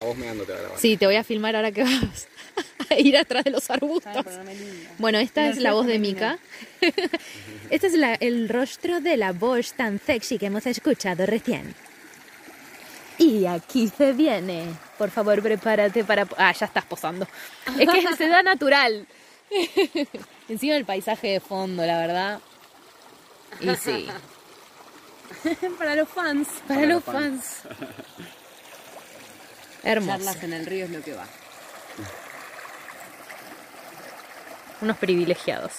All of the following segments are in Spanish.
vos meando te va a grabar. Sí, te voy a filmar ahora que vas a ir atrás de los arbustos. Bueno, esta es la voz de Mika. Este es el rostro de la voz tan sexy que hemos escuchado recién. Y aquí se viene. Por favor, prepárate para... Ah, ya estás posando. Es que se da natural. Encima el paisaje de fondo, la verdad. Y sí. Para los fans. Para los fans. Hermoso. Charlas en el río es lo que va. Unos privilegiados.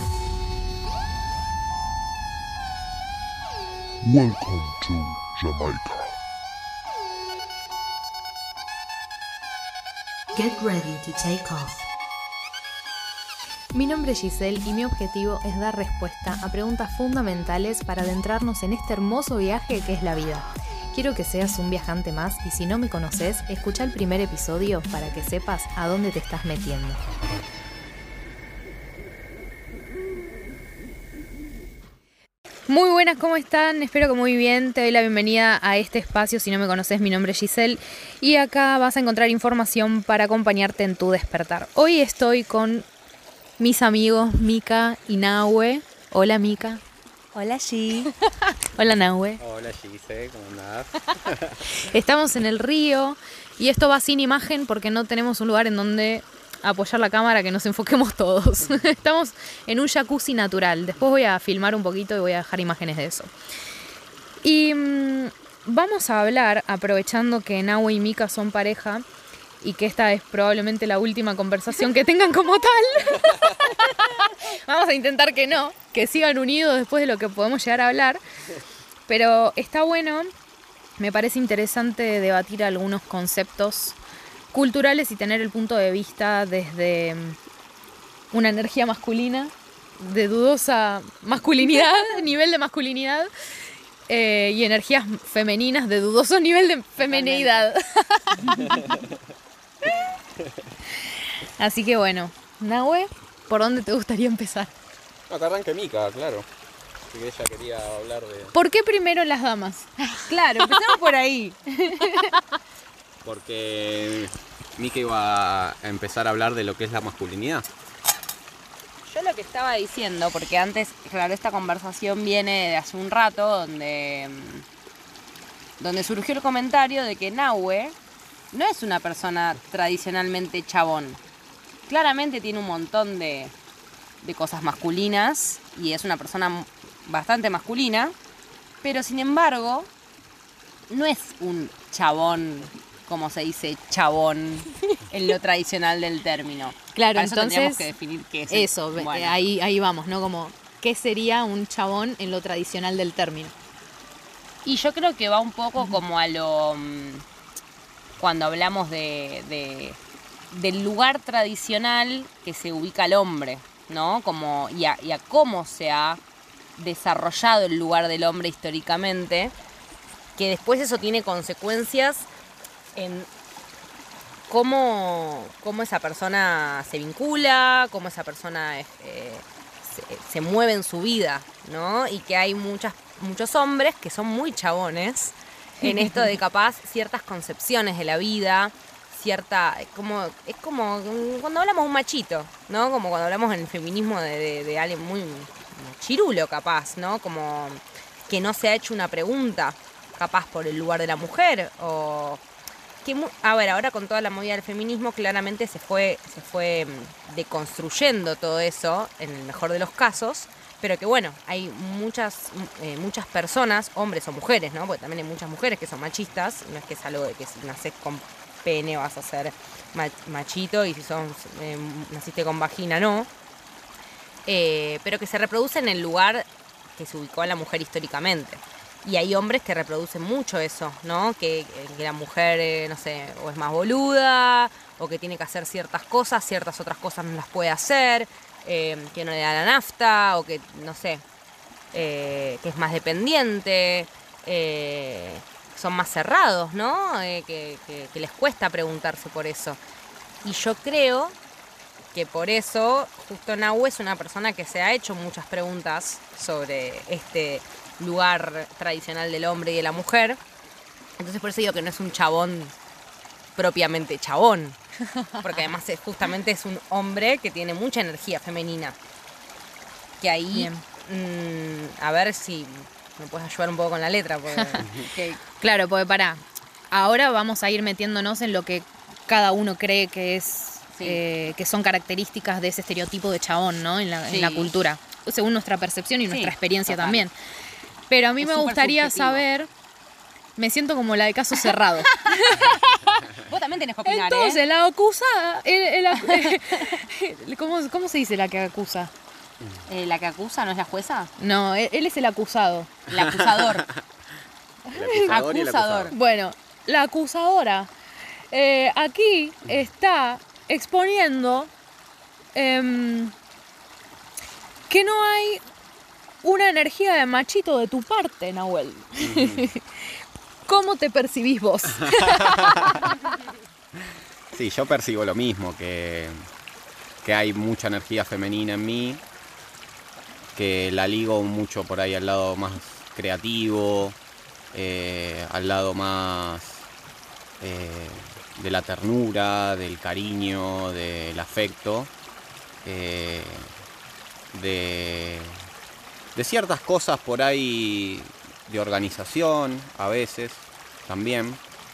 Welcome to Jamaica. Get ready to take off. Mi nombre es Giselle y mi objetivo es dar respuesta a preguntas fundamentales para adentrarnos en este hermoso viaje que es la vida. Quiero que seas un viajante más y si no me conoces, escucha el primer episodio para que sepas a dónde te estás metiendo. Muy buenas, ¿cómo están? Espero que muy bien. Te doy la bienvenida a este espacio. Si no me conoces, mi nombre es Giselle y acá vas a encontrar información para acompañarte en tu despertar. Hoy estoy con mis amigos Mika y Nahue. Hola Mika. Hola, G. Hola Nahue. Hola Gise, ¿cómo andás? Estamos en el río y esto va sin imagen porque no tenemos un lugar en donde apoyar la cámara que nos enfoquemos todos. Estamos en un jacuzzi natural. Después voy a filmar un poquito y voy a dejar imágenes de eso. Y vamos a hablar, aprovechando que Nahue y Mika son pareja y que esta es probablemente la última conversación que tengan como tal. Vamos a intentar que no, que sigan unidos después de lo que podemos llegar a hablar. Pero está bueno, me parece interesante debatir algunos conceptos culturales y tener el punto de vista desde una energía masculina, de dudosa masculinidad, nivel de masculinidad, y energías femeninas de dudoso nivel de femenidad. Así que bueno, Nahue, ¿por dónde te gustaría empezar? No, que arranque Mika, claro. Así que ella quería hablar de... ¿Por qué primero las damas? Claro, empezamos por ahí. Porque Mika iba a empezar a hablar de lo que es la masculinidad. Yo lo que estaba diciendo, porque antes, claro, esta conversación viene de hace un rato donde surgió el comentario de que Nahue no es una persona tradicionalmente chabón. Claramente tiene un montón de cosas masculinas y es una persona bastante masculina, pero sin embargo no es un chabón, como se dice chabón en lo tradicional del término. Claro, Para eso entonces tendríamos que definir qué es. eso, Bueno. ahí vamos, ¿no? Como, ¿qué sería un chabón en lo tradicional del término? Y yo creo que va un poco como a lo... Cuando hablamos del lugar tradicional que se ubica el hombre, ¿no? Como, y a cómo se ha desarrollado el lugar del hombre históricamente, que después eso tiene consecuencias en cómo esa persona se vincula, cómo esa persona se mueve en su vida, ¿no? Y que hay muchos hombres que son muy chabones en esto de capaz ciertas concepciones de la vida, es como cuando hablamos de un machito, ¿no? Como cuando hablamos en el feminismo de alguien muy chirulo capaz, ¿no? Como que no se ha hecho una pregunta capaz por el lugar de la mujer o que a ver, ahora con toda la movida del feminismo claramente se fue deconstruyendo todo eso en el mejor de los casos. Pero que bueno, hay muchas personas, hombres o mujeres, ¿no? Porque también hay muchas mujeres que son machistas. No es que es algo de que si nacés con pene vas a ser machito y si naciste con vagina no. Pero que se reproduce en el lugar que se ubicó a la mujer históricamente. Y hay hombres que reproducen mucho eso, ¿no? Que la mujer, no sé, o es más boluda, o que tiene que hacer ciertas otras cosas no las puede hacer. Que no le da la nafta o que, no sé, que es más dependiente, son más cerrados, ¿no? Que les cuesta preguntarse por eso. Y yo creo que por eso justo Nahue es una persona que se ha hecho muchas preguntas sobre este lugar tradicional del hombre y de la mujer. Entonces por eso digo que no es un chabón propiamente chabón. Porque además justamente es un hombre que tiene mucha energía femenina. Que ahí, a ver si me puedes ayudar un poco con la letra. Porque, Claro, porque pará, ahora vamos a ir metiéndonos en lo que cada uno cree que es, Sí. que son características de ese estereotipo de chabón, ¿no? En la Sí. cultura, según nuestra percepción y Sí, nuestra experiencia total. también. Pero a mí Es me súper gustaría subjetivo. saber, me siento como la de caso cerrado. vos también tenés que opinar, Entonces, la acusada, ¿cómo se dice la que acusa? ¿La que acusa no es la jueza? No, él es el acusado. El acusador. El acusador y el Acusador. acusado. Bueno, la acusadora aquí está exponiendo que no hay una energía de machito de tu parte, Nahuel. ¿Cómo te percibís vos? Sí, yo percibo lo mismo, que hay mucha energía femenina en mí, que la ligo mucho por ahí al lado más creativo, al lado más de la ternura, del cariño, del afecto, de ciertas cosas por ahí de organización a veces también.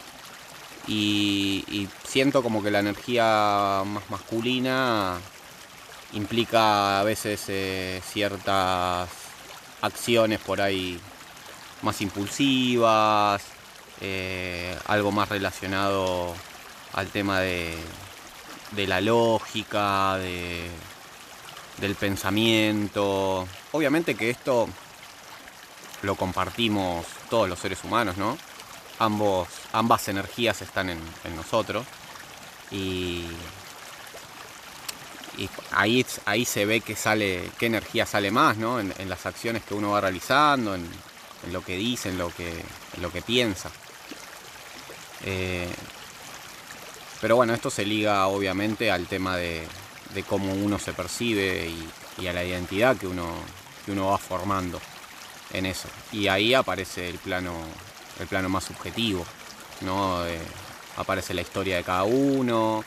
Y siento como que la energía más masculina implica a veces ciertas acciones por ahí más impulsivas, algo más relacionado al tema de la lógica, del pensamiento. Obviamente que esto lo compartimos todos los seres humanos, ¿no? Ambas energías están en nosotros y ahí se ve qué energía sale más, ¿no? En las acciones que uno va realizando, en lo que dice, en lo que piensa. Pero bueno, esto se liga obviamente al tema de cómo uno se percibe y a la identidad que uno va formando en eso. Y ahí aparece el plano más subjetivo, ¿no? Aparece la historia de cada uno,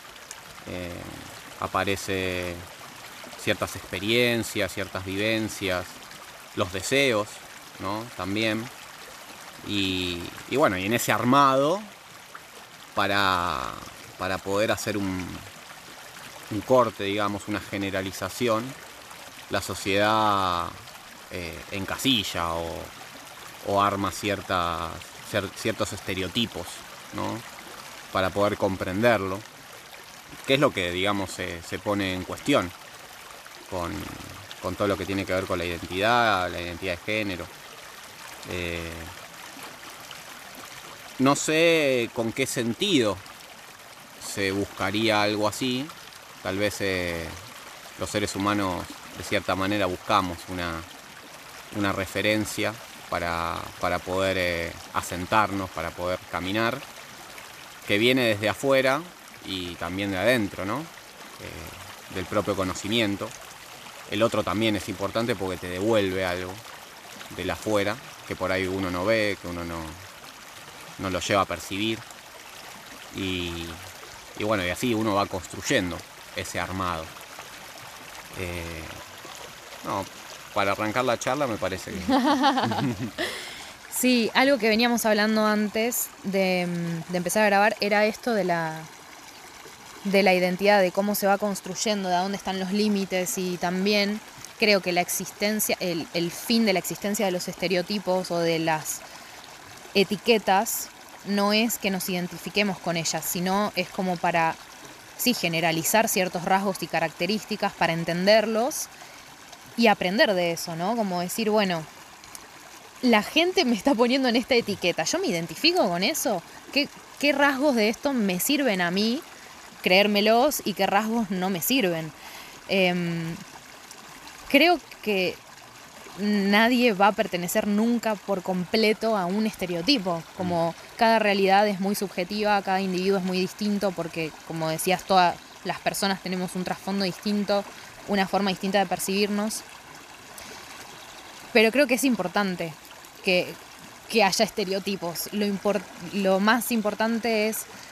aparece ciertas experiencias, ciertas vivencias, los deseos, ¿no? También. Y bueno, y en ese armado, para poder hacer un corte, digamos, una generalización, la sociedad encasilla o arma ciertos estereotipos, ¿no? Para poder comprenderlo, que es lo que, digamos, se pone en cuestión con todo lo que tiene que ver con la identidad de género. No sé con qué sentido se buscaría algo así. Tal vez los seres humanos de cierta manera buscamos una referencia para poder asentarnos, para poder caminar, que viene desde afuera y también de adentro, ¿no? Del propio conocimiento. El otro también es importante porque te devuelve algo del afuera, que por ahí uno no ve, que uno no lo lleva a percibir. Y bueno, y así uno va construyendo ese armado. Para arrancar la charla me parece que... Sí, algo que veníamos hablando antes de empezar a grabar era esto de la identidad, de cómo se va construyendo, de a dónde están los límites, y también creo que la existencia, el fin de la existencia de los estereotipos o de las etiquetas no es que nos identifiquemos con ellas, sino es como para, sí, generalizar ciertos rasgos y características para entenderlos y aprender de eso, ¿no? Como decir, bueno, la gente me está poniendo en esta etiqueta, ¿yo me identifico con eso? ¿Qué rasgos de esto me sirven a mí creérmelos y qué rasgos no me sirven? Creo que nadie va a pertenecer nunca por completo a un estereotipo. Como cada realidad es muy subjetiva, cada individuo es muy distinto porque, como decías, todas las personas tenemos un trasfondo distinto, una forma distinta de percibirnos. Pero creo que es importante que haya estereotipos. Lo más importante es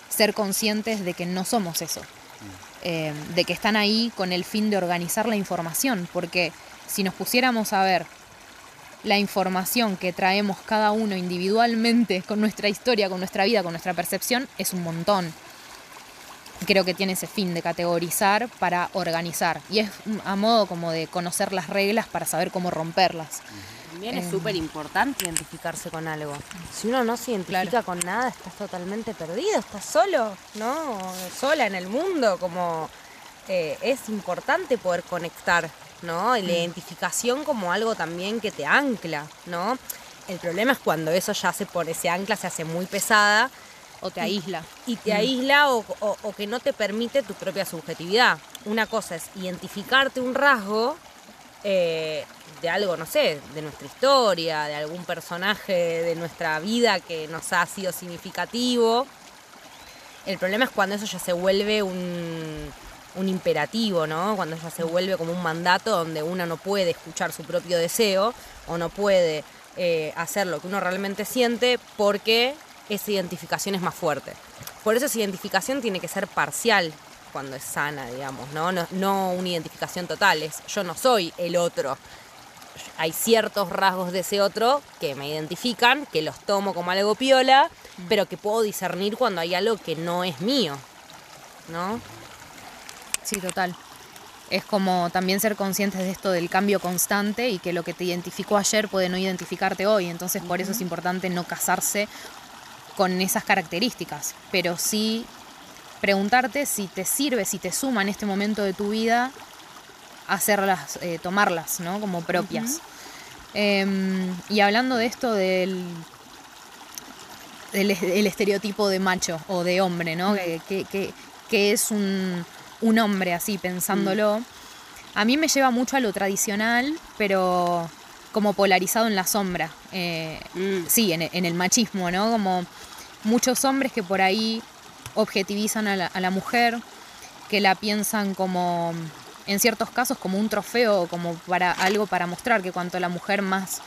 ser conscientes de que no somos eso. De que están ahí con el fin de organizar la información, porque si nos pusiéramos a ver la información que traemos cada uno individualmente con nuestra historia, con nuestra vida, con nuestra percepción, es un montón. Creo que tiene ese fin de categorizar para organizar, y es a modo como de conocer las reglas para saber cómo romperlas. También es súper importante identificarse con algo. Si uno no se identifica con nada, estás totalmente perdido, estás solo, ¿no? Sola en el mundo, como es importante poder conectar, ¿no? Y la identificación como algo también que te ancla, ¿no? El problema es cuando eso ya ese ancla se hace muy pesada. O te aísla. Y te aísla o que no te permite tu propia subjetividad. Una cosa es identificarte un rasgo de algo, no sé, de nuestra historia, de algún personaje de nuestra vida que nos ha sido significativo. El problema es cuando eso ya se vuelve un imperativo, ¿no? Cuando ya se vuelve como un mandato donde uno no puede escuchar su propio deseo o no puede hacer lo que uno realmente siente porque esa identificación es más fuerte. Por eso esa identificación tiene que ser parcial cuando es sana, digamos, ¿no? No una identificación total, es yo no soy el otro. Hay ciertos rasgos de ese otro que me identifican, que los tomo como algo piola, pero que puedo discernir cuando hay algo que no es mío, ¿no? Sí, total. Es como también ser conscientes de esto del cambio constante y que lo que te identificó ayer puede no identificarte hoy. Entonces, por eso es importante no casarse con esas características, pero sí preguntarte si te sirve, si te suma en este momento de tu vida hacerlas, tomarlas, ¿no? Como propias. Y hablando de esto del estereotipo de macho o de hombre, ¿no? Que es un hombre así, pensándolo. A mí me lleva mucho a lo tradicional, pero como polarizado en la sombra. Sí, en el machismo, ¿no? Como muchos hombres que por ahí objetivizan a la mujer, que la piensan como, en ciertos casos, como un trofeo, como para algo para mostrar, que cuanto la mujer más,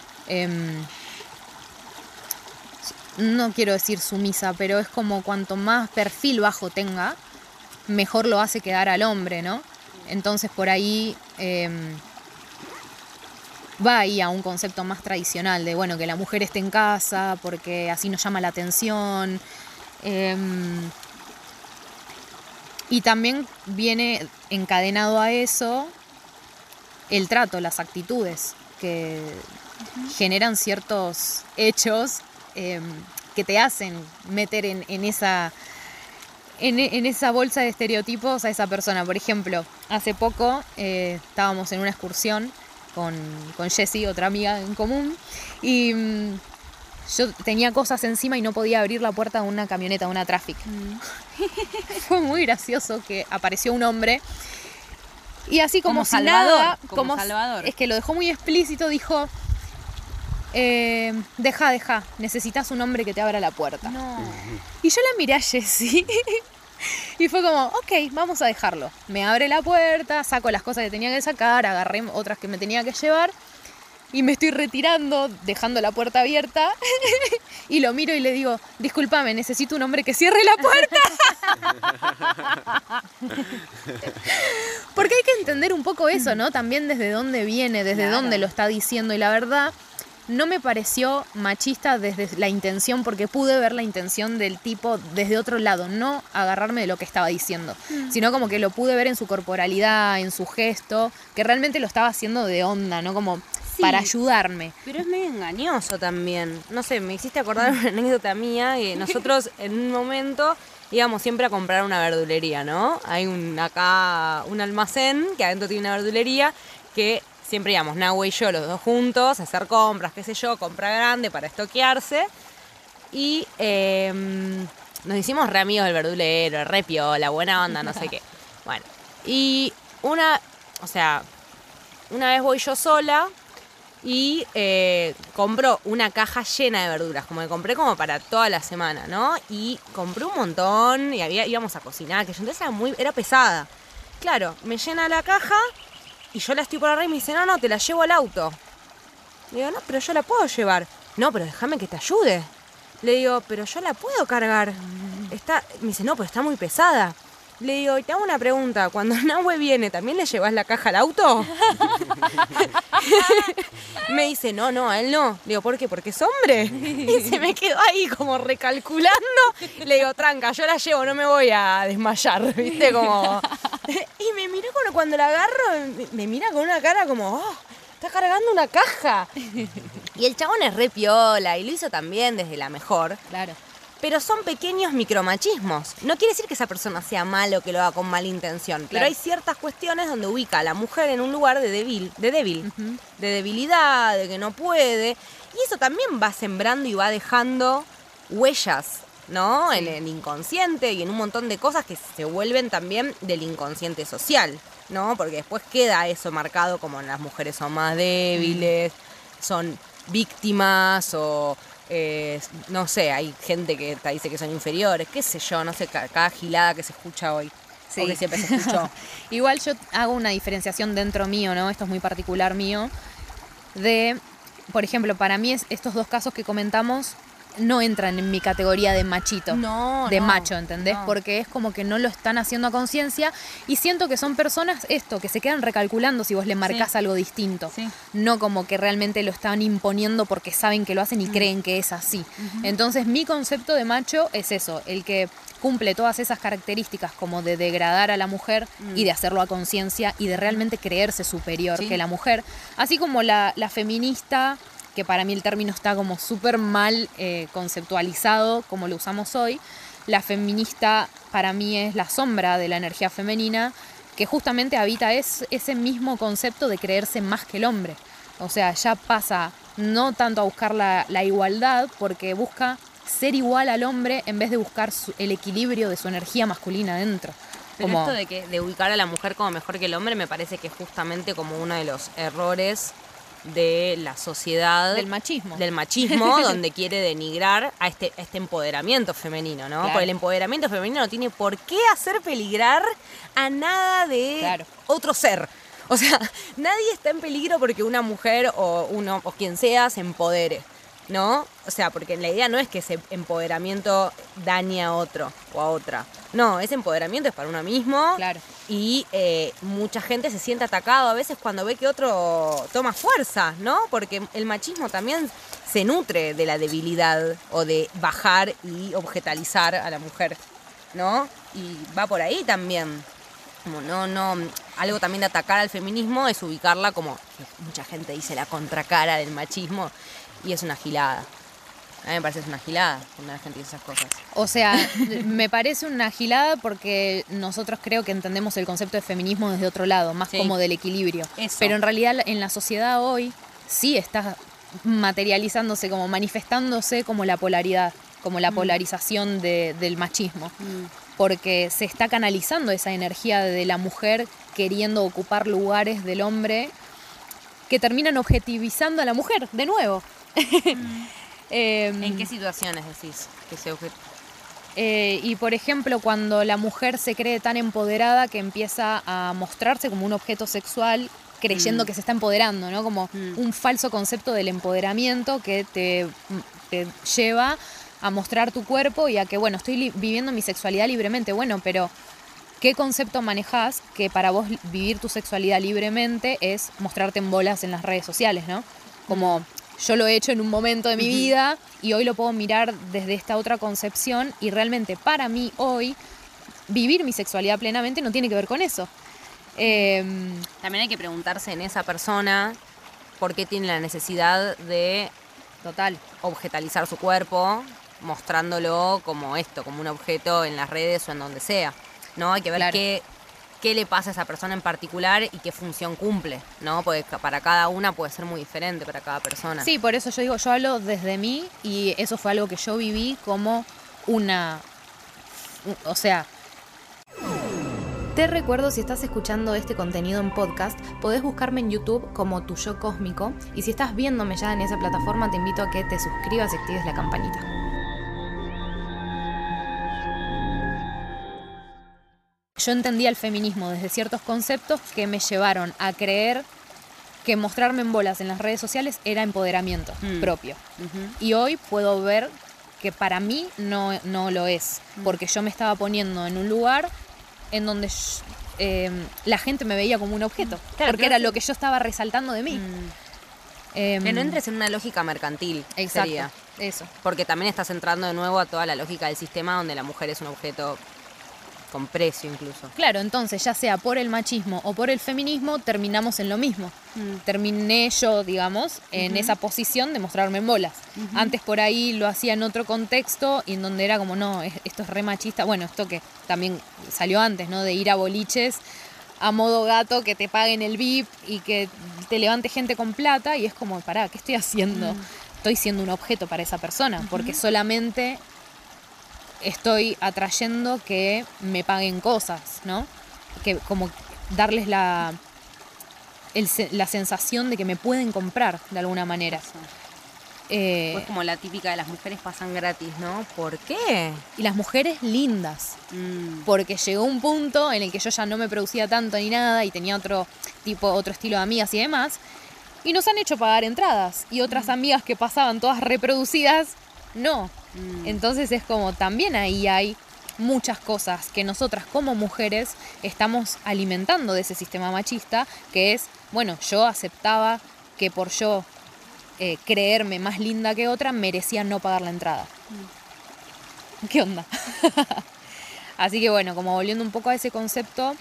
no quiero decir sumisa, pero es como cuanto más perfil bajo tenga, mejor lo hace quedar al hombre, ¿no? Entonces por ahí va ahí a un concepto más tradicional de, bueno, que la mujer esté en casa porque así nos llama la atención. Y también viene encadenado a eso el trato, las actitudes que generan ciertos hechos que te hacen meter en esa bolsa de estereotipos a esa persona. Por ejemplo, hace poco estábamos en una excursión con Jessie, otra amiga en común, y yo tenía cosas encima y no podía abrir la puerta de una camioneta, de una Traffic. Fue muy gracioso que apareció un hombre y así como si Salvador, nada, como Salvador. Es que lo dejó muy explícito, dijo, deja, necesitas un hombre que te abra la puerta. No. Y yo la miré a Jessie y fue como, ok, vamos a dejarlo. Me abre la puerta, saco las cosas que tenía que sacar, agarré otras que me tenía que llevar y me estoy retirando, dejando la puerta abierta y lo miro y le digo, discúlpame, necesito un hombre que cierre la puerta. Porque hay que entender un poco eso, ¿no? También desde dónde viene, desde dónde lo está diciendo. Y la verdad, no me pareció machista desde la intención, porque pude ver la intención del tipo desde otro lado, no agarrarme de lo que estaba diciendo, sino como que lo pude ver en su corporalidad, en su gesto, que realmente lo estaba haciendo de onda, ¿no? Como para ayudarme. Pero es medio engañoso también. No sé, me hiciste acordar una anécdota mía, que nosotros en un momento íbamos siempre a comprar una verdulería, ¿no? Hay acá un almacén que adentro tiene una verdulería que siempre íbamos, Nahue y yo, los dos juntos, a hacer compras, qué sé yo, compra grande para estoquearse. Y nos hicimos re amigos del verdulero, re piola, buena onda, no sé qué. Bueno, y una vez voy yo sola y compro una caja llena de verduras, como que compré como para toda la semana, ¿no? Y compré un montón y íbamos a cocinar, que yo entonces era pesada. Claro, me llena la caja y yo la estoy por arriba y me dice, no, te la llevo al auto. Le digo, no, pero yo la puedo llevar. No, pero déjame que te ayude. Le digo, pero yo la puedo cargar. Me dice, no, pero está muy pesada. Le digo, y te hago una pregunta, cuando Nahue viene, ¿también le llevas la caja al auto? Me dice, no, a él no. Le digo, ¿por qué? ¿Porque es hombre? Y se me quedó ahí como recalculando. Le digo, tranca, yo la llevo, no me voy a desmayar, ¿viste? Como... Y me miró cuando la agarro, me mira con una cara como, oh, está cargando una caja. Y el chabón es re piola y lo hizo también desde la mejor. Claro. Pero son pequeños micromachismos. No quiere decir que esa persona sea malo o que lo haga con mala intención. Pero Claro. hay ciertas cuestiones donde ubica a la mujer en un lugar de débil, de debilidad, de que no puede. Y eso también va sembrando y va dejando huellas, ¿no? En el inconsciente y en un montón de cosas que se vuelven también del inconsciente social, ¿no? Porque después queda eso marcado como las mujeres son más débiles, son víctimas o... no sé, hay gente que te dice que son inferiores, qué sé yo, no sé, cada gilada que se escucha hoy, o que siempre se escuchó. Igual yo hago una diferenciación dentro mío, ¿no? Esto es muy particular mío. De, por ejemplo, para mí estos dos casos que comentamos no entran en mi categoría de machito. No, de no, macho, ¿entendés? no. Porque es como que no lo están haciendo a conciencia y siento que son personas, que se quedan recalculando si vos le marcás algo distinto. Sí. No como que realmente lo están imponiendo porque saben que lo hacen y creen que es así. Entonces mi concepto de macho es eso, el que cumple todas esas características como de degradar a la mujer y de hacerlo a conciencia y de realmente creerse superior Sí. que la mujer. Así como la feminista, que para mí el término está como súper mal conceptualizado como lo usamos hoy. La feminista para mí es la sombra de la energía femenina que justamente habita ese mismo concepto de creerse más que el hombre. O sea, ya pasa no tanto a buscar la igualdad, porque busca ser igual al hombre en vez de buscar el equilibrio de su energía masculina dentro. Pero Como, esto de ubicar a la mujer como mejor que el hombre me parece que es justamente como uno de los errores de la sociedad. del machismo. Del machismo, donde quiere denigrar a este empoderamiento femenino, ¿no? Claro. Porque el empoderamiento femenino no tiene por qué hacer peligrar a nada de Claro. otro ser. O sea, nadie está en peligro porque una mujer o quien sea se empodere, ¿no? O sea, porque la idea no es que ese empoderamiento dañe a otro o a otra. No, ese empoderamiento es para uno mismo. Claro. Y mucha gente se siente atacado a veces cuando ve que otro toma fuerza, ¿no? Porque el machismo también se nutre de la debilidad o de bajar y objetalizar a la mujer, ¿no? Y va por ahí también. Como no, algo también de atacar al feminismo es ubicarla como, mucha gente dice, la contracara del machismo, y es una gilada. A mí me parece que es una gilada cuando la gente dice esas cosas. O sea, me parece una gilada porque nosotros creo que entendemos el concepto de feminismo desde otro lado, más Sí. como del equilibrio. Eso. Pero en realidad en la sociedad hoy sí está materializándose, como manifestándose como la polaridad, como la polarización del machismo. Porque se está canalizando esa energía de la mujer queriendo ocupar lugares del hombre que terminan objetivizando a la mujer, de nuevo. ¿En qué situaciones decís que se Y por ejemplo, cuando la mujer se cree tan empoderada que empieza a mostrarse como un objeto sexual creyendo que se está empoderando, ¿no? Como un falso concepto del empoderamiento que te lleva a mostrar tu cuerpo y a que, bueno, estoy viviendo mi sexualidad libremente. Bueno, pero ¿qué concepto manejás que para vos vivir tu sexualidad libremente es mostrarte en bolas en las redes sociales, ¿no? Como yo lo he hecho en un momento de mi vida y hoy lo puedo mirar desde esta otra concepción y realmente para mí hoy vivir mi sexualidad plenamente no tiene que ver con eso. También hay que preguntarse en esa persona por qué tiene la necesidad de Total. objetalizar su cuerpo, mostrándolo como esto, como un objeto en las redes o en donde sea, ¿no? Hay que ver Claro. qué le pasa a esa persona en particular y qué función cumple, ¿no? Porque para cada una puede ser muy diferente, para cada persona. Sí, por eso yo digo, yo hablo desde mí y eso fue algo que yo viví como o sea... Te recuerdo, si estás escuchando este contenido en podcast, podés buscarme en YouTube como Tu Yo Cósmico, y si estás viéndome ya en esa plataforma, te invito a que te suscribas y actives la campanita. Yo entendía el feminismo desde ciertos conceptos que me llevaron a creer que mostrarme en bolas en las redes sociales era empoderamiento propio. Y hoy puedo ver que para mí no lo es, porque yo me estaba poniendo en un lugar en donde la gente me veía como un objeto, Claro, porque era lo que yo estaba resaltando de mí. Que no entres en una lógica mercantil. Exacto, Sería. eso. Porque también estás entrando de nuevo a toda la lógica del sistema donde la mujer es un objeto con precio incluso. Claro, entonces ya sea por el machismo o por el feminismo, terminamos en lo mismo. Terminé yo, digamos, en esa posición de mostrarme en bolas. Antes por ahí lo hacía en otro contexto y en donde era como, no, esto es re machista. Bueno, esto que también salió antes, ¿no? De ir a boliches a modo gato, que te paguen el VIP y que te levante gente con plata y es como, pará, ¿qué estoy haciendo? Estoy siendo un objeto para esa persona, porque solamente estoy atrayendo que me paguen cosas, ¿no? Que como darles la sensación de que me pueden comprar de alguna manera. Pues como la típica de las mujeres pasan gratis, ¿no? ¿Por qué? Y las mujeres lindas, porque llegó un punto en el que yo ya no me producía tanto ni nada y tenía otro estilo de amigas y demás, y nos han hecho pagar entradas, y otras amigas que pasaban todas reproducidas, no. Entonces es como también ahí hay muchas cosas que nosotras como mujeres estamos alimentando de ese sistema machista, que es, bueno, yo aceptaba que por yo creerme más linda que otra merecía no pagar la entrada. ¿Qué onda? Así que bueno, como volviendo un poco a ese concepto,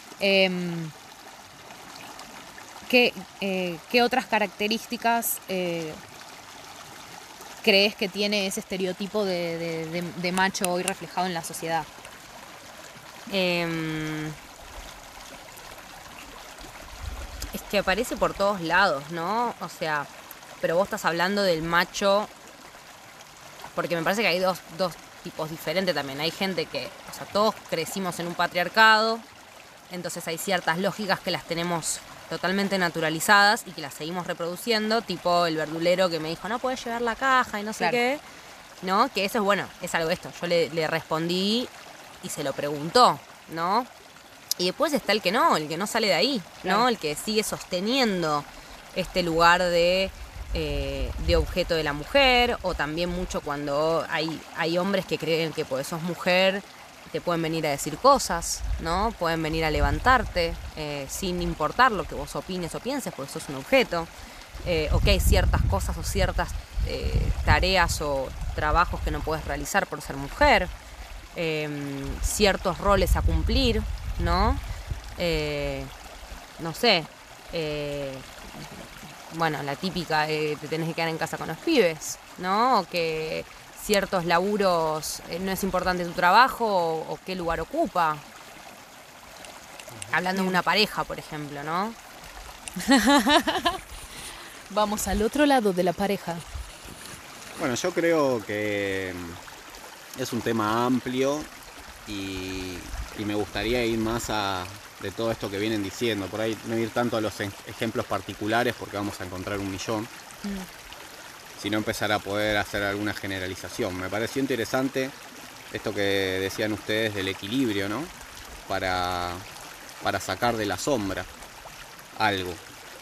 ¿qué otras características crees que tiene ese estereotipo de macho hoy reflejado en la sociedad? Es que aparece por todos lados, ¿no? O sea, pero vos estás hablando del macho, porque me parece que hay dos tipos diferentes también. Hay gente que, o sea, todos crecimos en un patriarcado, entonces hay ciertas lógicas que las tenemos totalmente naturalizadas y que las seguimos reproduciendo, tipo el verdulero que me dijo, no puedes llevar la caja y no sé Claro. qué, ¿no? Que eso es, bueno, es algo de esto. Yo le respondí y se lo preguntó, ¿no? Y después está el que no sale de ahí, ¿no? Claro. El que sigue sosteniendo este lugar de objeto de la mujer, o también mucho cuando hay hombres que creen que porque sos mujer te pueden venir a decir cosas, ¿no? Pueden venir a levantarte sin importar lo que vos opines o pienses, porque sos un objeto. O que hay ciertas cosas o ciertas tareas o trabajos que no puedes realizar por ser mujer. Ciertos roles a cumplir, ¿no? No sé. Bueno, la típica, te tenés que quedar en casa con los pibes, ¿no? O que ciertos laburos no es importante tu trabajo o qué lugar ocupa. Hablando de una pareja, por ejemplo, ¿no? Vamos al otro lado de la pareja. Bueno, yo creo que es un tema amplio y me gustaría ir más de todo esto que vienen diciendo. Por ahí no ir tanto a los ejemplos particulares porque vamos a encontrar un millón, sino empezar a poder hacer alguna generalización. Me pareció interesante esto que decían ustedes del equilibrio, ¿no? Para sacar de la sombra algo.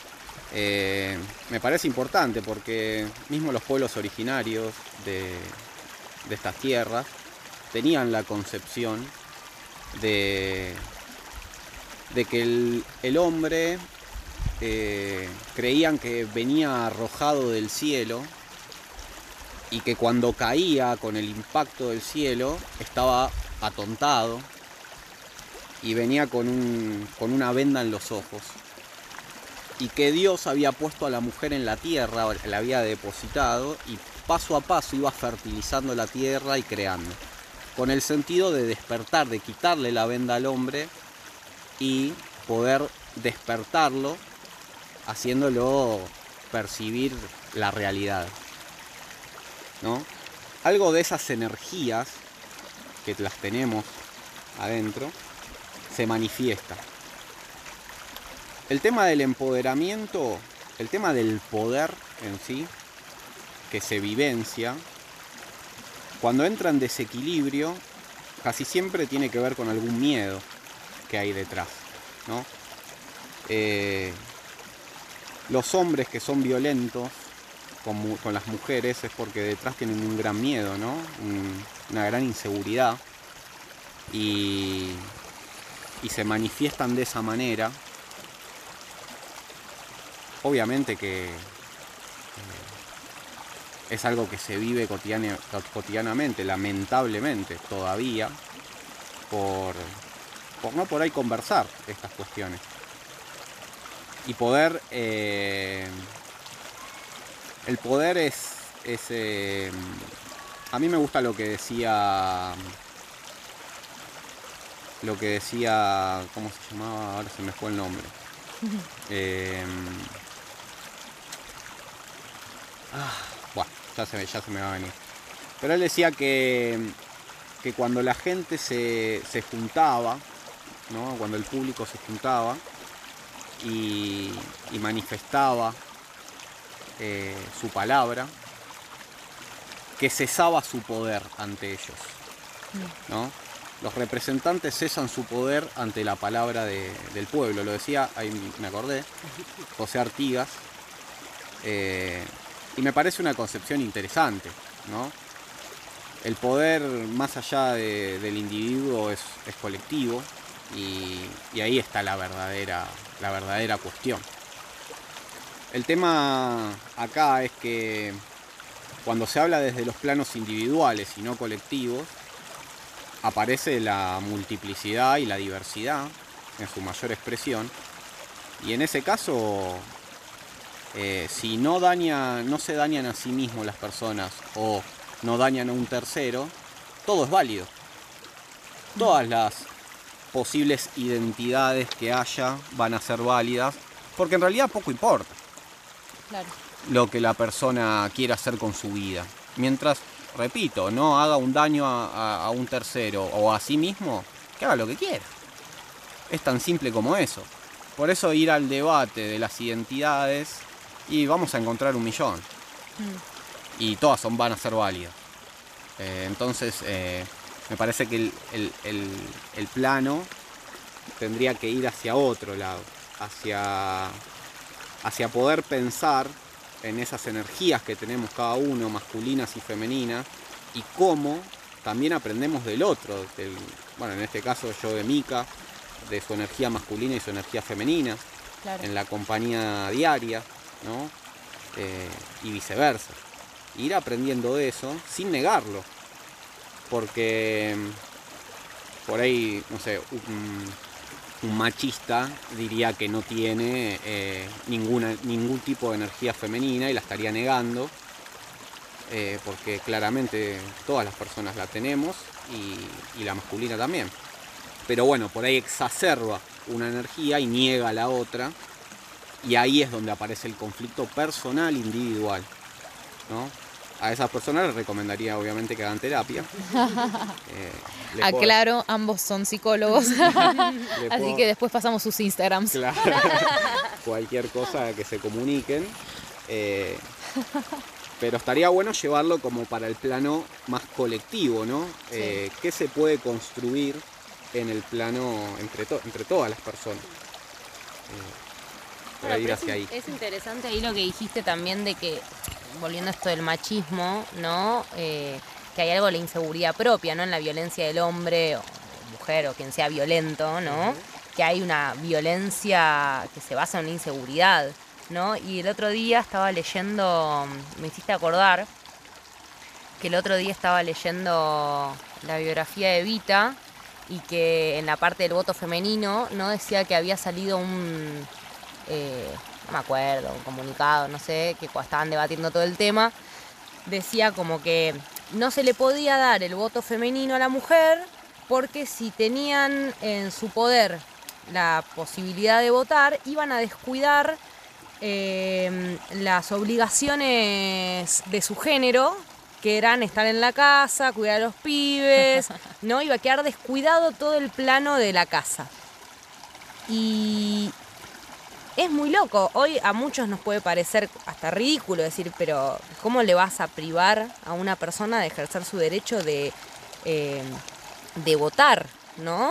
Me parece importante porque mismo los pueblos originarios de estas tierras tenían la concepción de que el hombre creían que venía arrojado del cielo y que cuando caía con el impacto del cielo estaba atontado y venía con una venda en los ojos, y que Dios había puesto a la mujer en la tierra, la había depositado, y paso a paso iba fertilizando la tierra y creando, con el sentido de despertar, de quitarle la venda al hombre y poder despertarlo, haciéndolo percibir la realidad, ¿no? Algo de esas energías que las tenemos adentro se manifiesta. El tema del empoderamiento, el tema del poder en sí, que se vivencia, cuando entra en desequilibrio, casi siempre tiene que ver con algún miedo que hay detrás, ¿no? Los hombres que son violentos con las mujeres es porque detrás tienen un gran miedo, ¿no? Una gran inseguridad y se manifiestan de esa manera. Obviamente que es algo que se vive cotidianamente, lamentablemente todavía, por no por ahí conversar estas cuestiones y poder el poder es a mí me gusta lo que decía ¿cómo se llamaba? Ahora se me fue el nombre. Bueno, ya se me va a venir. Pero él decía que cuando la gente se juntaba, ¿no? Cuando el público se juntaba y manifestaba su palabra, que cesaba su poder ante ellos, ¿no? Los representantes cesan su poder ante la palabra del pueblo. Lo decía, ahí me acordé, José Artigas. Y me parece una concepción interesante, ¿no? El poder más allá del individuo es colectivo y ahí está la verdadera cuestión. El tema acá es que cuando se habla desde los planos individuales y no colectivos, aparece la multiplicidad y la diversidad en su mayor expresión, y en ese caso si no se dañan a sí mismos las personas o no dañan a un tercero, todo es válido. Todas las posibles identidades que haya van a ser válidas, porque en realidad poco importa lo que la persona quiera hacer con su vida. Mientras, repito, no haga un daño a un tercero o a sí mismo, que haga lo que quiera. Es tan simple como eso. Por eso ir al debate de las identidades y vamos a encontrar 1.000.000. Y todas van a ser válidas. Entonces, me parece que el plano tendría que ir hacia otro lado, hacia poder pensar en esas energías que tenemos cada uno, masculinas y femeninas, y cómo también aprendemos del otro, bueno, en este caso yo de Mika, de su energía masculina y su energía femenina, en la compañía diaria, ¿no? Y viceversa. Ir aprendiendo de eso sin negarlo, porque por ahí, no sé, un machista diría que no tiene ningún tipo de energía femenina y la estaría negando, porque claramente todas las personas la tenemos y la masculina también. Pero bueno, por ahí exacerba una energía y niega la otra, y ahí es donde aparece el conflicto personal individual, ¿no? A esas personas les recomendaría obviamente que hagan terapia. Aclaro, ambos son psicólogos, así que después pasamos sus Instagrams. Claro. Cualquier cosa que se comuniquen. Pero estaría bueno llevarlo como para el plano más colectivo, ¿no? Sí. ¿Qué se puede construir en el plano entre todas las personas? Para ir hacia ahí. Es interesante ahí lo que dijiste también de que, volviendo a esto del machismo, ¿no? Que hay algo de la inseguridad propia, ¿no? En la violencia del hombre o mujer o quien sea violento, ¿no? Que hay una violencia que se basa en una inseguridad, ¿no? Y el otro día estaba leyendo, me hiciste acordar, que el otro día estaba leyendo la biografía de Evita y que en la parte del voto femenino, ¿no? Decía que había salido no me acuerdo, un comunicado, no sé, que cuando estaban debatiendo todo el tema, decía como que no se le podía dar el voto femenino a la mujer porque si tenían en su poder la posibilidad de votar, iban a descuidar las obligaciones de su género, que eran estar en la casa, cuidar a los pibes, ¿no? Iba a quedar descuidado todo el plano de la casa. Y es muy loco. Hoy a muchos nos puede parecer hasta ridículo decir, pero ¿cómo le vas a privar a una persona de ejercer su derecho de votar, ¿no?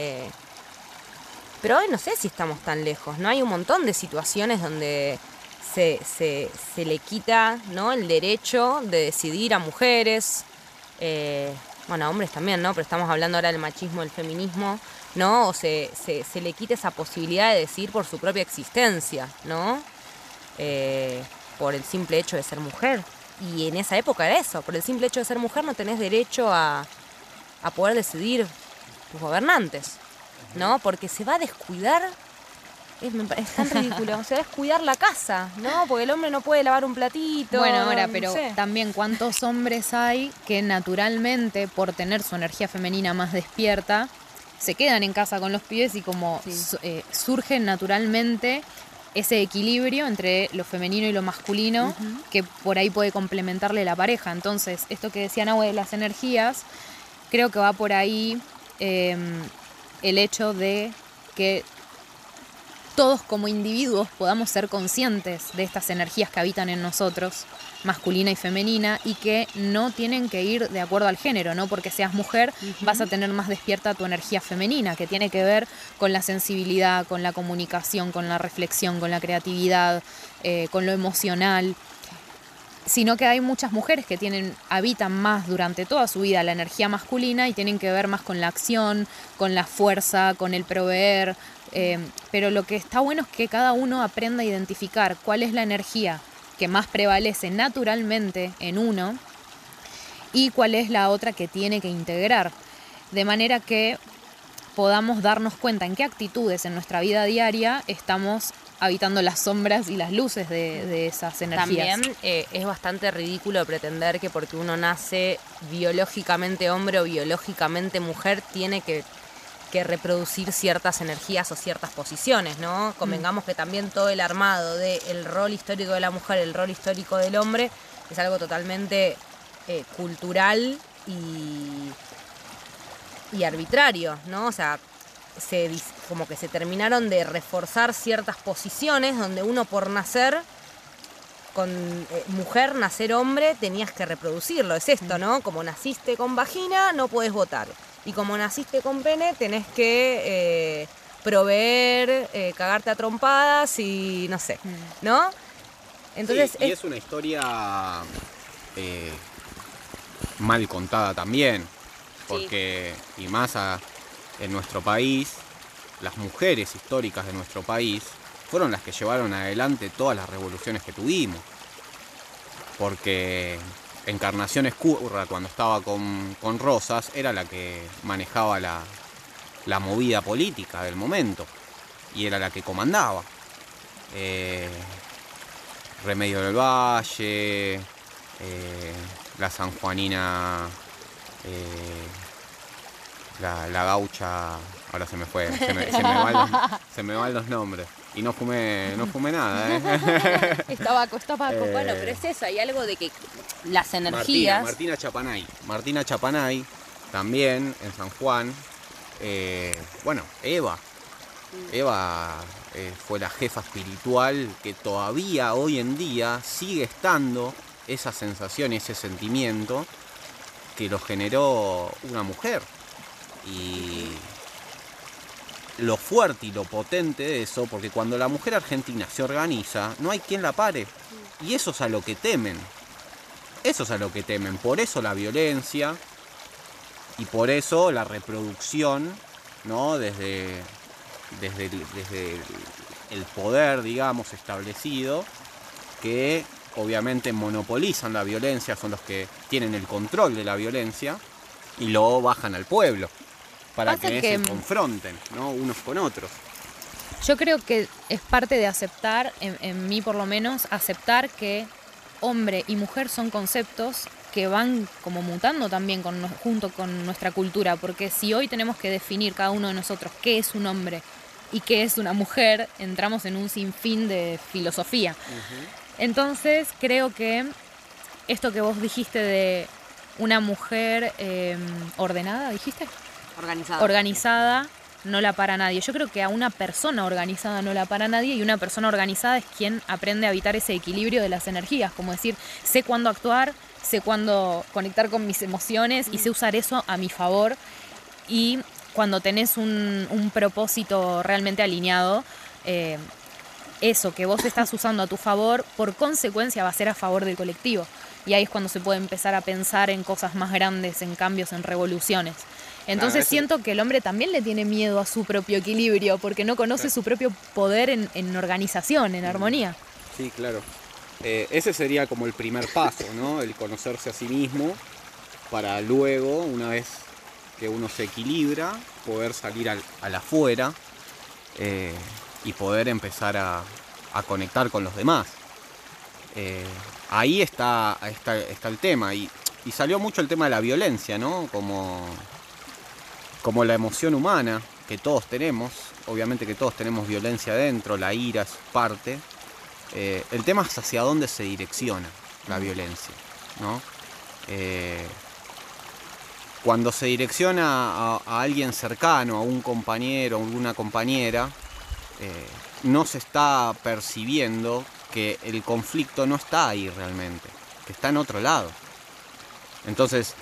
Pero hoy no sé si estamos tan lejos, ¿no? Hay un montón de situaciones donde se le quita, ¿no?, el derecho de decidir a mujeres, bueno, a hombres también, ¿no? Pero estamos hablando ahora del machismo, del feminismo, ¿no? O se le quita esa posibilidad de decidir por su propia existencia, ¿no? Por el simple hecho de ser mujer. Y en esa época era eso, por el simple hecho de ser mujer no tenés derecho a poder decidir tus gobernantes, ¿no? Porque se va a descuidar, es tan ridículo, se va a descuidar la casa, ¿no? Porque el hombre no puede lavar un platito. Bueno, ahora, no pero sé. también cuántos hombres hay que naturalmente, por tener su energía femenina más despierta, se quedan en casa con los pibes y como surge naturalmente ese equilibrio entre lo femenino y lo masculino que por ahí puede complementarle la pareja. Entonces, esto que decía Nahue de las energías, creo que va por ahí el hecho de que todos como individuos podamos ser conscientes de estas energías que habitan en nosotros, masculina y femenina, y que no tienen que ir de acuerdo al género, ¿no? Porque seas mujer vas a tener más despierta tu energía femenina, que tiene que ver con la sensibilidad, con la comunicación, con la reflexión, con la creatividad, con lo emocional. Sino que hay muchas mujeres que habitan más durante toda su vida la energía masculina y tienen que ver más con la acción, con la fuerza, con el proveer. Pero lo que está bueno es que cada uno aprenda a identificar cuál es la energía que más prevalece naturalmente en uno y cuál es la otra que tiene que integrar. De manera que podamos darnos cuenta en qué actitudes en nuestra vida diaria estamos habitando las sombras y las luces de esas energías. También es bastante ridículo pretender que porque uno nace biológicamente hombre o biológicamente mujer tiene que reproducir ciertas energías o ciertas posiciones, ¿no? Convengamos que también todo el armado del rol histórico de la mujer, el rol histórico del hombre, es algo totalmente cultural y arbitrario, ¿no? O sea, como que se terminaron de reforzar ciertas posiciones donde uno por nacer con mujer, nacer hombre, tenías que reproducirlo. Es esto, ¿no? Como naciste con vagina, no podés votar. Y como naciste con pene, tenés que proveer, cagarte a trompadas y no sé, ¿no? Entonces sí, y es una historia mal contada también, porque, y más en nuestro país, las mujeres históricas de nuestro país fueron las que llevaron adelante todas las revoluciones que tuvimos. Porque Encarnación Escurra, cuando estaba con Rosas, era la que manejaba la movida política del momento y era la que comandaba. Remedio del Valle, la sanjuanina, la gaucha, ahora se me van los nombres. Y no fumé nada, Está Paco, bueno, pero es eso, hay algo de que las energías... Martina Chapanay, también en San Juan. Bueno, Eva fue la jefa espiritual que todavía hoy en día sigue estando esa sensación, ese sentimiento que lo generó una mujer. Y lo fuerte y lo potente de eso, porque cuando la mujer argentina se organiza, no hay quien la pare. Y eso es a lo que temen. Por eso la violencia y por eso la reproducción, ¿no? Desde el poder, digamos, establecido, que obviamente monopolizan la violencia, son los que tienen el control de la violencia y lo bajan al pueblo para que se confronten, ¿no? Unos con otros. Yo creo que es parte de aceptar, en mí por lo menos, aceptar que hombre y mujer son conceptos que van como mutando también junto con nuestra cultura, porque si hoy tenemos que definir cada uno de nosotros qué es un hombre y qué es una mujer, entramos en un sinfín de filosofía. Entonces creo que esto que vos dijiste de una mujer ordenada, ¿dijiste? Organizada, no la para nadie. Yo creo que a una persona organizada no la para nadie y una persona organizada es quien aprende a habitar ese equilibrio de las energías, como decir, sé cuándo actuar, sé cuándo conectar con mis emociones y sé usar eso a mi favor. Y cuando tenés un propósito realmente alineado, eso que vos estás usando a tu favor, por consecuencia va a ser a favor del colectivo. Y ahí es cuando se puede empezar a pensar en cosas más grandes, en cambios, en revoluciones. Entonces siento que el hombre también le tiene miedo a su propio equilibrio, porque no conoce su propio poder en organización, en armonía. Sí, claro. Ese sería como el primer paso, ¿no? El conocerse a sí mismo para luego, una vez que uno se equilibra, poder salir al afuera y poder empezar a conectar con los demás. Ahí está el tema. Y salió mucho el tema de la violencia, ¿no? Como la emoción humana que todos tenemos. Obviamente que todos tenemos violencia dentro, la ira es parte. El tema es hacia dónde se direcciona la violencia, ¿no? Cuando se direcciona a alguien cercano, a un compañero, a una compañera, no se está percibiendo que el conflicto no está ahí realmente, que está en otro lado. Entonces,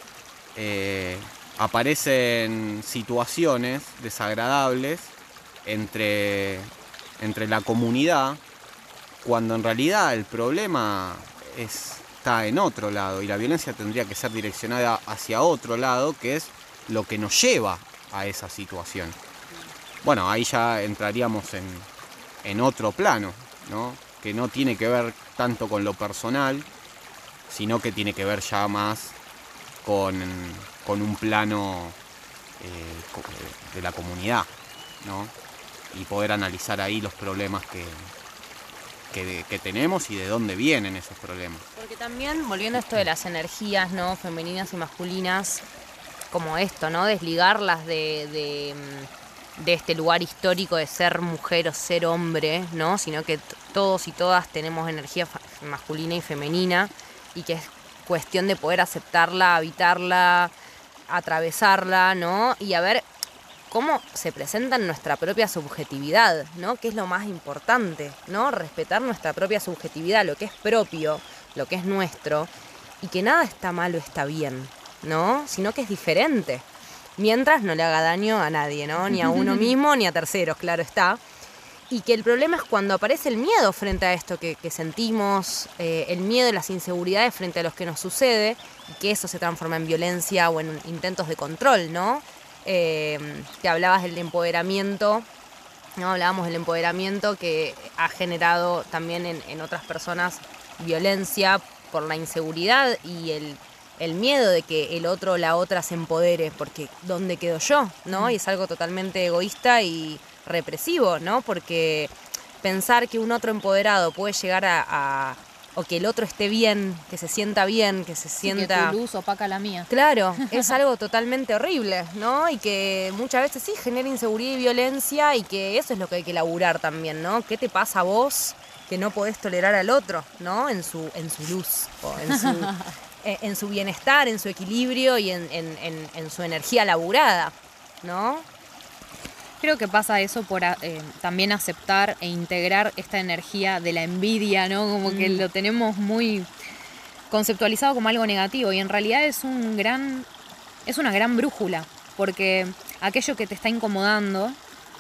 aparecen situaciones desagradables entre la comunidad, cuando en realidad el problema está en otro lado y la violencia tendría que ser direccionada hacia otro lado, que es lo que nos lleva a esa situación. Bueno, ahí ya entraríamos en otro plano, ¿no? Que no tiene que ver tanto con lo personal, sino que tiene que ver ya más con un plano de la comunidad, ¿no? Y poder analizar ahí los problemas que tenemos y de dónde vienen esos problemas. Porque también, volviendo a esto de las energías, ¿no? Femeninas y masculinas, como esto, ¿no? Desligarlas de este lugar histórico de ser mujer o ser hombre, ¿no? Sino que todos y todas tenemos energía masculina y femenina y que es cuestión de poder aceptarla, habitarla, atravesarla, ¿no? Y a ver cómo se presenta en nuestra propia subjetividad, ¿no? Que es lo más importante, ¿no? Respetar nuestra propia subjetividad, lo que es propio, lo que es nuestro, y que nada está mal o está bien, ¿no? Sino que es diferente, mientras no le haga daño a nadie, ¿no? Ni a uno mismo ni a terceros, claro está. Y que el problema es cuando aparece el miedo frente a esto que sentimos, el miedo y las inseguridades frente a lo que nos sucede, y que eso se transforma en violencia o en intentos de control, ¿no? Que hablabas del empoderamiento, ¿no? Hablábamos del empoderamiento que ha generado también en otras personas violencia por la inseguridad y el miedo de que el otro o la otra se empodere, porque ¿dónde quedo yo? ¿No? Y es algo totalmente egoísta y represivo, ¿no? Porque pensar que un otro empoderado puede llegar o que el otro esté bien, que se sienta bien, que se sienta... Que tu luz opaca la mía. Claro, es algo totalmente horrible, ¿no? Y que muchas veces sí genera inseguridad y violencia, y que eso es lo que hay que laburar también, ¿no? ¿Qué te pasa a vos que no podés tolerar al otro, ¿no? En su luz, o en su bienestar, en su equilibrio y en su energía laburada, ¿no? Creo que pasa eso por también aceptar e integrar esta energía de la envidia, ¿no? Como que lo tenemos muy conceptualizado como algo negativo, y en realidad es una gran brújula, porque aquello que te está incomodando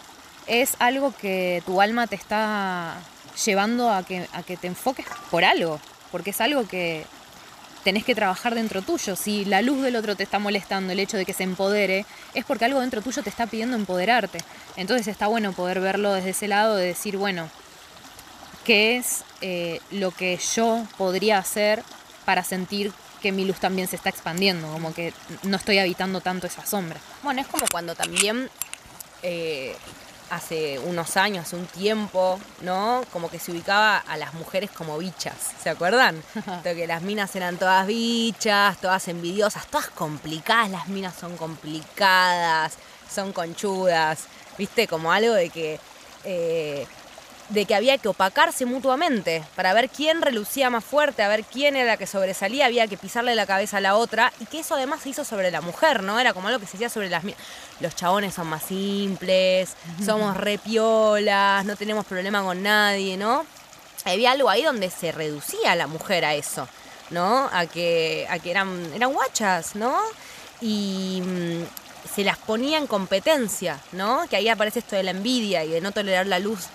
es algo que tu alma te está llevando a que te enfoques por algo, porque es algo que tenés que trabajar dentro tuyo. Si la luz del otro te está molestando, el hecho de que se empodere, es porque algo dentro tuyo te está pidiendo empoderarte. Entonces está bueno poder verlo desde ese lado, de decir, bueno, ¿qué es lo que yo podría hacer para sentir que mi luz también se está expandiendo? Como que no estoy habitando tanto esa sombra. Bueno, es como cuando también hace unos años, hace un tiempo, ¿no? Como que se ubicaba a las mujeres como bichas, ¿se acuerdan? Que las minas eran todas bichas, todas envidiosas, todas complicadas. Las minas son complicadas, son conchudas, ¿viste? Como algo de que había que opacarse mutuamente para ver quién relucía más fuerte, a ver quién era la que sobresalía, había que pisarle la cabeza a la otra, y que eso además se hizo sobre la mujer, ¿no? Era como algo que se hacía sobre las... Los chabones son más simples, somos re piolas, no tenemos problema con nadie, ¿no? Había algo ahí donde se reducía a la mujer a eso, ¿no? A que eran guachas, ¿no? Y se las ponía en competencia, ¿no? Que ahí aparece esto de la envidia y de no tolerar la luz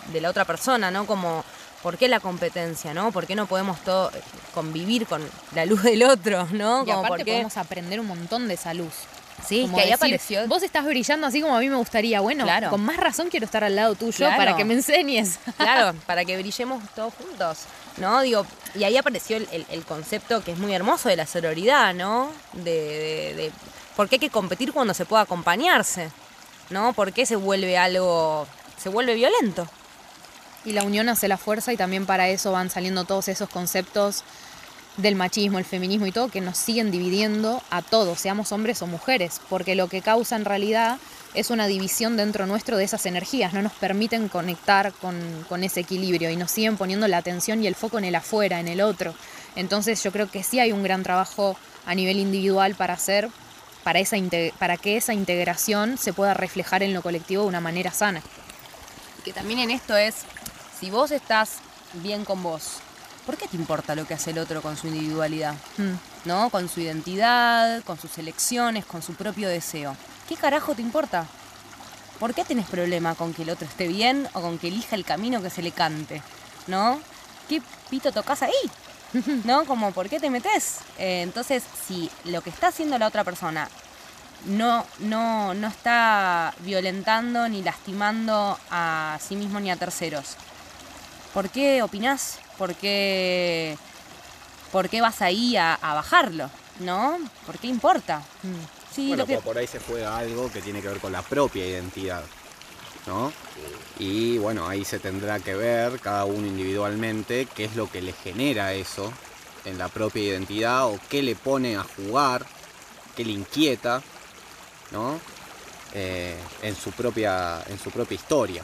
de la otra persona, ¿no? Como, ¿por qué la competencia, no? ¿Por qué no podemos convivir con la luz del otro, no? Y Como, aparte ¿por qué? podemos aprender un montón de esa luz. Sí, Como que ahí decir, apareció. vos estás brillando así como a mí me gustaría. Bueno, Claro. con más razón quiero estar al lado tuyo Claro. para que me enseñes. Claro, para que brillemos todos juntos, ¿no? Digo, y ahí apareció el concepto que es muy hermoso de la sororidad, ¿no? De por qué hay que competir cuando se puede acompañarse, ¿no? ¿Por qué se vuelve violento? Y la unión hace la fuerza y también para eso van saliendo todos esos conceptos del machismo, el feminismo y todo, que nos siguen dividiendo a todos, seamos hombres o mujeres, porque lo que causa en realidad es una división dentro nuestro de esas energías, no nos permiten conectar con ese equilibrio y nos siguen poniendo la atención y el foco en el afuera, en el otro. Entonces yo creo que sí hay un gran trabajo a nivel individual para hacer, para que esa integración se pueda reflejar en lo colectivo de una manera sana. Que también en esto es, si vos estás bien con vos, ¿por qué te importa lo que hace el otro con su individualidad? ¿No? Con su identidad, con sus elecciones, con su propio deseo. ¿Qué carajo te importa? ¿Por qué tenés problema con que el otro esté bien o con que elija el camino que se le cante? ¿No? ¿Qué pito tocas ahí? ¿No? Como, ¿por qué te metés? Entonces, si lo que está haciendo la otra persona no está violentando ni lastimando a sí mismo ni a terceros, ¿por qué opinás? ¿Por qué vas ahí a bajarlo? ¿No? ¿Por qué importa? Sí, Bueno, lo que... por ahí se juega algo que tiene que ver con la propia identidad, ¿no? Y bueno, ahí se tendrá que ver cada uno individualmente qué es lo que le genera eso en la propia identidad o qué le pone a jugar, qué le inquieta, ¿no? En su propia historia.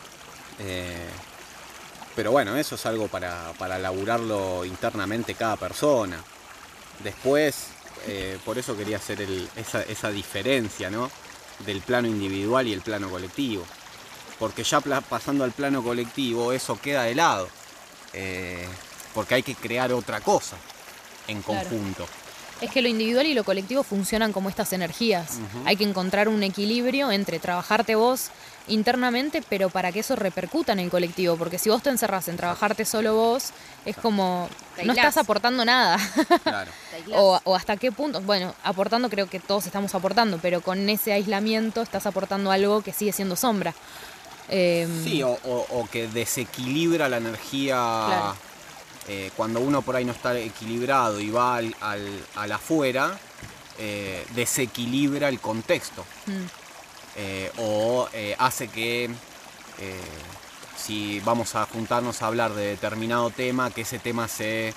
Pero bueno, eso es algo para laburarlo internamente cada persona. Después, por eso quería hacer esa diferencia, ¿no? Del plano individual y el plano colectivo. Porque ya pasando al plano colectivo, eso queda de lado. Porque hay que crear otra cosa en conjunto. Es que lo individual y lo colectivo funcionan como estas energías. Hay que encontrar un equilibrio entre trabajarte vos internamente, pero para que eso repercuta en el colectivo. Porque si vos te encerrás en trabajarte solo vos, es como no estás aportando nada. Claro. o hasta qué punto. Bueno, aportando creo que todos estamos aportando, pero con ese aislamiento estás aportando algo que sigue siendo sombra. Sí, o que desequilibra la energía. Claro. Cuando uno por ahí no está equilibrado y va al afuera, desequilibra el contexto. O hace que si vamos a juntarnos a hablar de determinado tema, que ese tema se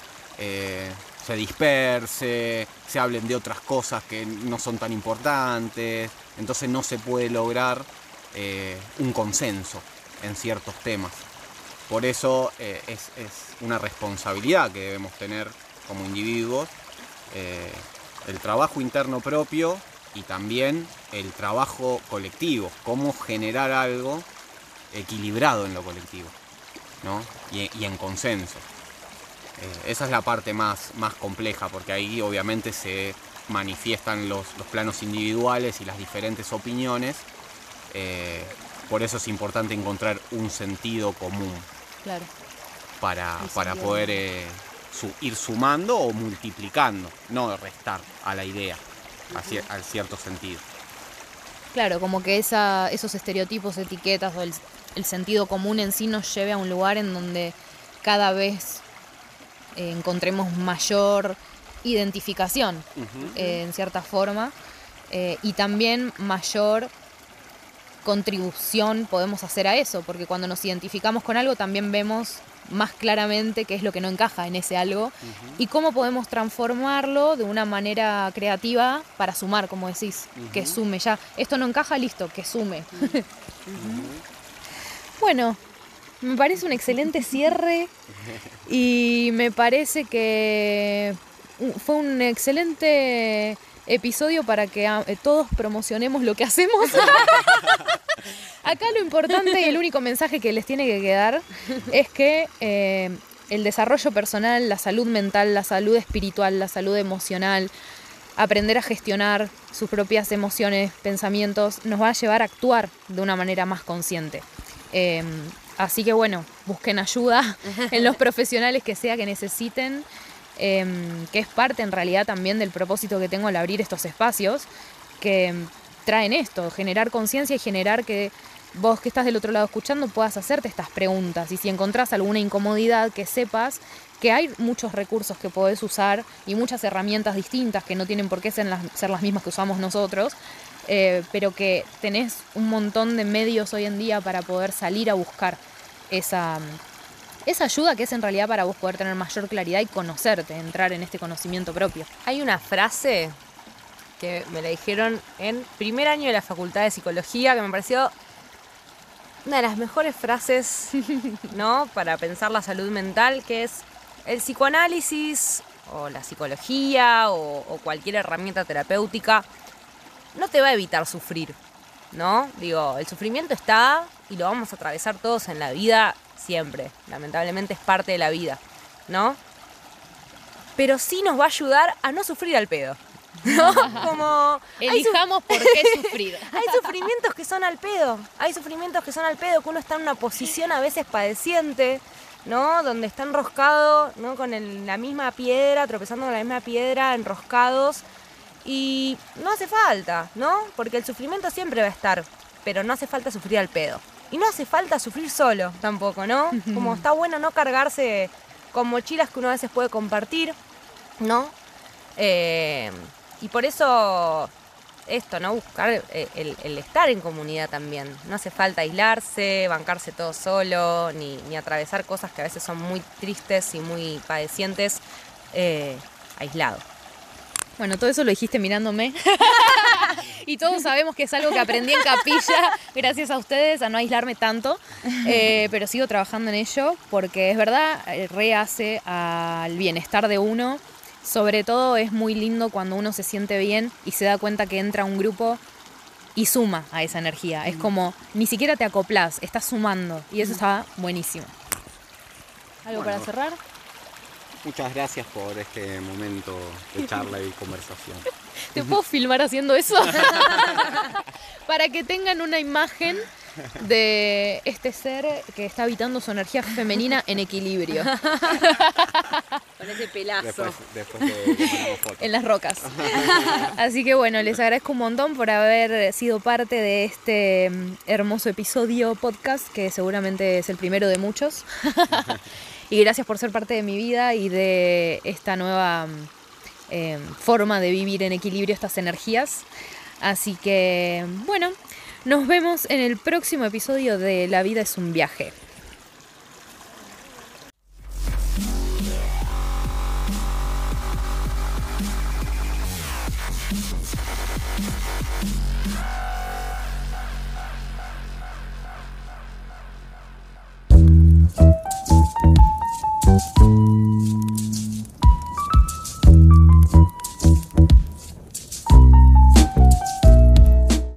disperse, se hablen de otras cosas que no son tan importantes, entonces no se puede lograr un consenso en ciertos temas. Por eso es una responsabilidad que debemos tener como individuos, el trabajo interno propio y también el trabajo colectivo, cómo generar algo equilibrado en lo colectivo, ¿no? y en consenso. Esa es la parte más compleja, porque ahí obviamente se manifiestan los planos individuales y las diferentes opiniones. Por eso es importante encontrar un sentido común. Claro. Para poder ir sumando o multiplicando, no restar a la idea, al cierto sentido. Claro, como que esos estereotipos, etiquetas o el sentido común en sí nos lleve a un lugar en donde cada vez encontremos mayor identificación, en cierta forma, y también mayor contribución podemos hacer a eso, porque cuando nos identificamos con algo también vemos más claramente qué es lo que no encaja en ese algo y cómo podemos transformarlo de una manera creativa para sumar, como decís, que sume ya. Esto no encaja, listo, que sume. Bueno, me parece un excelente cierre y me parece que fue un excelente episodio para que todos promocionemos lo que hacemos. Acá lo importante y el único mensaje que les tiene que quedar es que el desarrollo personal, la salud mental, la salud espiritual, la salud emocional, aprender a gestionar sus propias emociones, pensamientos, nos va a llevar a actuar de una manera más consciente. Así que bueno, busquen ayuda en los profesionales que sea que necesiten, que es parte en realidad también del propósito que tengo al abrir estos espacios, que traen esto, generar conciencia y generar que vos que estás del otro lado escuchando puedas hacerte estas preguntas. Y si encontrás alguna incomodidad, que sepas que hay muchos recursos que podés usar y muchas herramientas distintas que no tienen por qué ser las mismas que usamos nosotros, pero que tenés un montón de medios hoy en día para poder salir a buscar esa ayuda que es en realidad para vos poder tener mayor claridad y conocerte, entrar en este conocimiento propio. Hay una frase que me la dijeron en primer año de la Facultad de Psicología que me pareció una de las mejores frases, ¿no?, para pensar la salud mental, que es: el psicoanálisis o la psicología o cualquier herramienta terapéutica no te va a evitar sufrir, ¿no? Digo, el sufrimiento está y lo vamos a atravesar todos en la vida siempre. Lamentablemente es parte de la vida, ¿no? Pero sí nos va a ayudar a no sufrir al pedo, ¿no? Como elijamos por qué sufrir. hay sufrimientos que son al pedo. Hay sufrimientos que son al pedo, que uno está en una posición a veces padeciente, ¿no? Donde está enroscado, ¿no?, con la misma piedra, tropezando con la misma piedra, enroscados. Y no hace falta, ¿no? Porque el sufrimiento siempre va a estar, pero no hace falta sufrir al pedo. Y no hace falta sufrir solo tampoco, ¿no? Como está bueno no cargarse con mochilas que uno a veces puede compartir, ¿no? Y por eso esto, ¿no? Buscar el estar en comunidad también. No hace falta aislarse, bancarse todo solo, ni atravesar cosas que a veces son muy tristes y muy padecientes aislado. Bueno, todo eso lo dijiste mirándome. Y todos sabemos que es algo que aprendí en capilla, gracias a ustedes, a no aislarme tanto. Pero sigo trabajando en ello porque es verdad, rehace al bienestar de uno. Sobre todo es muy lindo cuando uno se siente bien y se da cuenta que entra a un grupo y suma a esa energía. Es como, ni siquiera te acoplás, estás sumando. Y eso está buenísimo. ¿Algo para cerrar? Muchas gracias por este momento de charla y conversación. ¿Te puedo filmar haciendo eso? Para que tengan una imagen de este ser que está habitando su energía femenina en equilibrio. Con ese pelazo. Después de ponemos fotos. En las rocas. Así que bueno, les agradezco un montón por haber sido parte de este hermoso episodio podcast, que seguramente es el primero de muchos. Y gracias por ser parte de mi vida y de esta nueva forma de vivir en equilibrio estas energías. Así que, bueno, nos vemos en el próximo episodio de La vida es un viaje. Thank you.